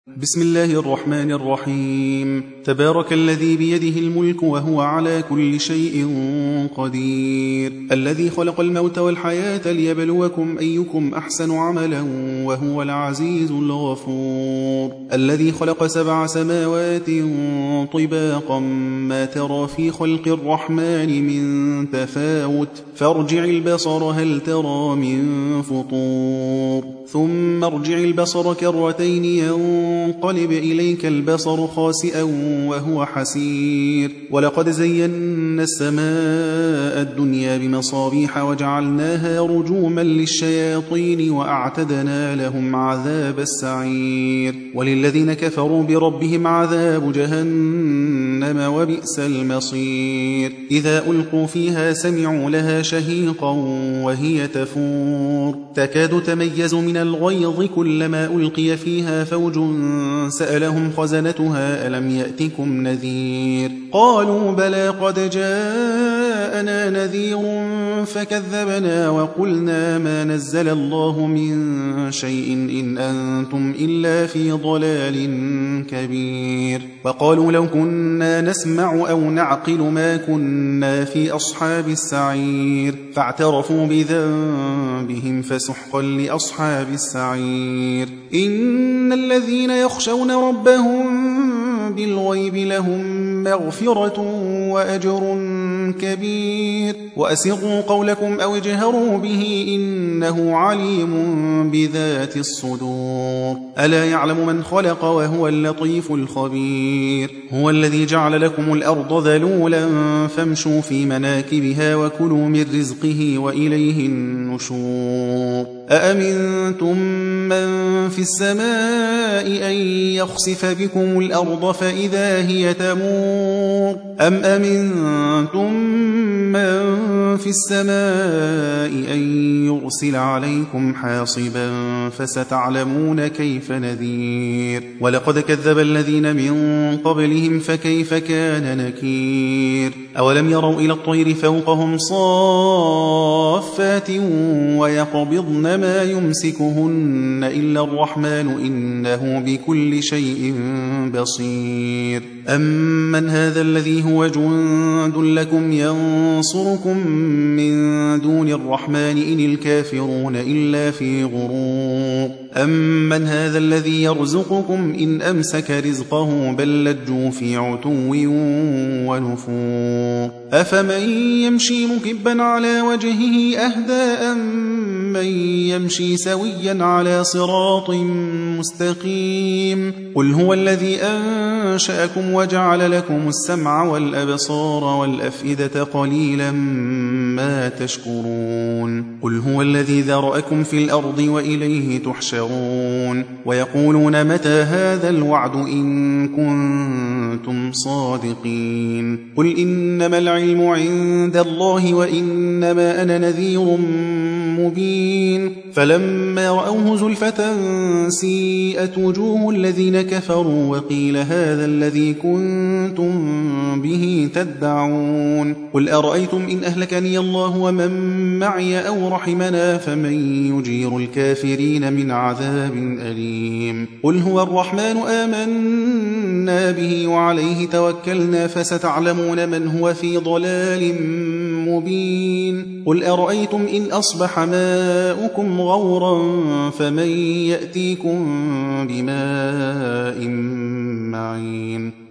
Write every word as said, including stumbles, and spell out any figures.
بسم الله الرحمن الرحيم. تبارك الذي بيده الملك وهو على كل شيء قدير، الذي خلق الموت والحياة ليبلوكم أيكم أحسن عملا وهو العزيز الغفور، الذي خلق سبع سماوات طباقا ما ترى في خلق الرحمن من تفاوت فارجع البصر هل ترى من فطور ثم ارجع البصر كرتين ينقلب إليك البصر خاسئا وهو حسير، ولقد زينا السماء الدنيا بمصابيح وجعلناها رجوما للشياطين وأعتدنا لهم عذاب السعير، وللذين كفروا بربهم عذاب جهنم وبئس المصير. إذا ألقوا فيها سمعوا لها شهيقا وهي تفور تكاد تميز من الغيظ كلما ألقي فيها فوج سألهم خزنتها ألم يأتكم نذير قالوا بلى قد جاءنا نذير فكذبنا وقلنا ما نزل الله من شيء إن أنتم إلا في ضلال كبير. وقالوا لو كنا نسمع أو نعقل ما كنا في أصحاب السعير فاعترفوا بذنبهم فسحقا لأصحاب السعير. إن الذين يخشون ربهم بالغيب لهم مغفرة وأجر كبير. وأسروا قولكم أو اجهروا به إنه عليم بذات الصدور. ألا يعلم من خلق وهو اللطيف الخبير. هو الذي جعل لكم الأرض ذلولا فامشوا في مناكبها وكلوا من رزقه وإليه النشور. أأمنتم من في السماء أن يخسف بكم الأرض فإذا هي تمور أم أمنتم من في السماء أن يرسل عليكم حاصبا فستعلمون كيف نذير. ولقد كذب الذين من قبلهم فكيف كان نكير. أولم يروا إلى الطير فوقهم صافات ويقبضن ما يمسكهن إلا الرحمن إنه بكل شيء بصير. أمن هذا الذي هو جند لكم ينصركم من دون الرحمن إن الكافرون إلا في غرور. أمن هذا الذي يرزقكم إن أمسك رزقه بل لجوا في عتو ونفور. أفمن يمشي مكبا على وجهه أهدى أمن يمشي سويا على صراط مستقيم. قل هو الذي أنشأكم وجعل لكم السمع والأبصار والأفئدة قليلا ما تشكرون. قل هو الذي ذرأكم في الأرض وإليه تحشرون. ويقولون متى هذا الوعد إن كنتم صادقين. قل إنما العلم عند الله وإنما أنا نذير مبين. فلما رأوه زلفة سيئت وجوه الذين كفروا وقيل هذا الذي كنتم به تدعون. قل أرأيتم إن أهلكني الله ومن معي أو رحمنا فمن يجير الكافرين من عذاب أليم. قل هو الرحمن آمنا به وعليه توكلنا فستعلمون من هو في ضلال مبين. قل أرأيتم إن أصبح ماؤكم غورا فمن يأتيكم بماء معين.